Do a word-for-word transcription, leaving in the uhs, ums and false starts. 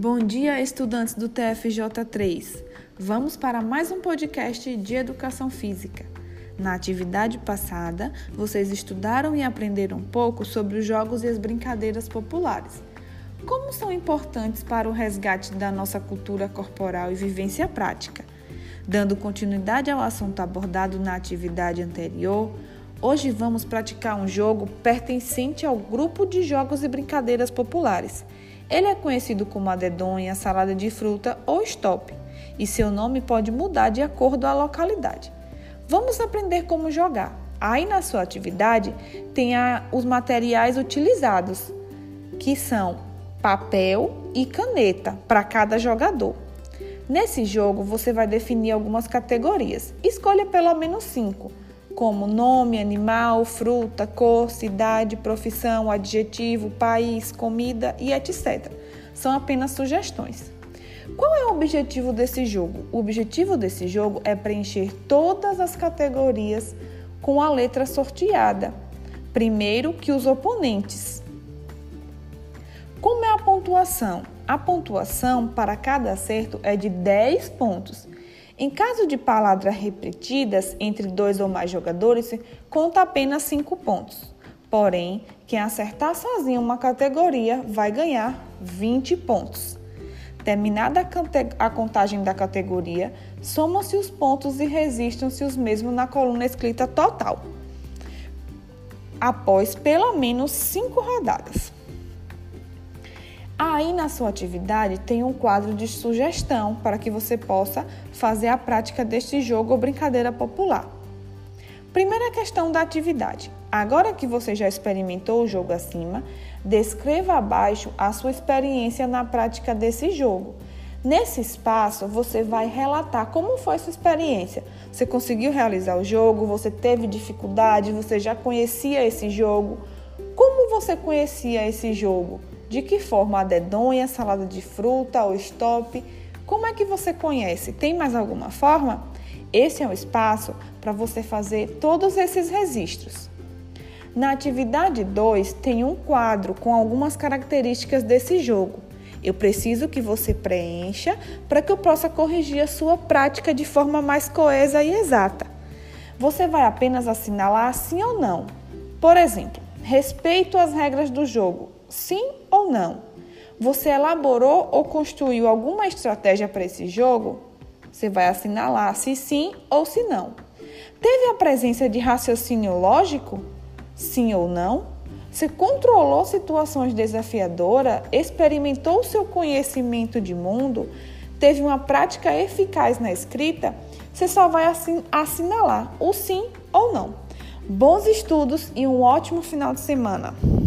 Bom dia, estudantes do T F J três. Vamos para mais um podcast de Educação Física. Na atividade passada, vocês estudaram e aprenderam um pouco sobre os jogos e as brincadeiras populares. Como são importantes para o resgate da nossa cultura corporal e vivência prática. Dando continuidade ao assunto abordado na atividade anterior, hoje vamos praticar um jogo pertencente ao grupo de jogos e brincadeiras populares. Ele é conhecido como a dedonha, salada de fruta ou stop, e seu nome pode mudar de acordo com a localidade. Vamos aprender como jogar. Aí na sua atividade tem a, os materiais utilizados, que são papel e caneta para cada jogador. Nesse jogo você vai definir algumas categorias. Escolha pelo menos cinco, como nome, animal, fruta, cor, cidade, profissão, adjetivo, país, comida e etcétera. São apenas sugestões. Qual é o objetivo desse jogo? O objetivo desse jogo é preencher todas as categorias com a letra sorteada, primeiro que os oponentes. Como é a pontuação? A pontuação para cada acerto é de dez pontos. Em caso de palavras repetidas entre dois ou mais jogadores, conta apenas cinco pontos. Porém, quem acertar sozinho uma categoria vai ganhar vinte pontos. Terminada a contagem da categoria, somam-se os pontos e registram-se os mesmos na coluna escrita total, após pelo menos cinco rodadas. Aí na sua atividade tem um quadro de sugestão para que você possa fazer a prática deste jogo ou brincadeira popular. Primeira questão da atividade. Agora que você já experimentou o jogo acima, descreva abaixo a sua experiência na prática desse jogo. Nesse espaço, você vai relatar como foi sua experiência. Você conseguiu realizar o jogo? Você teve dificuldade? Você já conhecia esse jogo? Como você conhecia esse jogo? De que forma? A dedonha, salada de fruta ou stop? Como é que você conhece? Tem mais alguma forma? Esse é o espaço para você fazer todos esses registros. Na atividade dois, tem um quadro com algumas características desse jogo. Eu preciso que você preencha para que eu possa corrigir a sua prática de forma mais coesa e exata. Você vai apenas assinalar sim ou não. Por exemplo, respeito às regras do jogo. Sim ou não? Você elaborou ou construiu alguma estratégia para esse jogo? Você vai assinalar se sim ou se não. Teve a presença de raciocínio lógico? Sim ou não? Você controlou situações desafiadoras? Experimentou seu conhecimento de mundo? Teve uma prática eficaz na escrita? Você só vai assinalar o sim ou não. Bons estudos e um ótimo final de semana!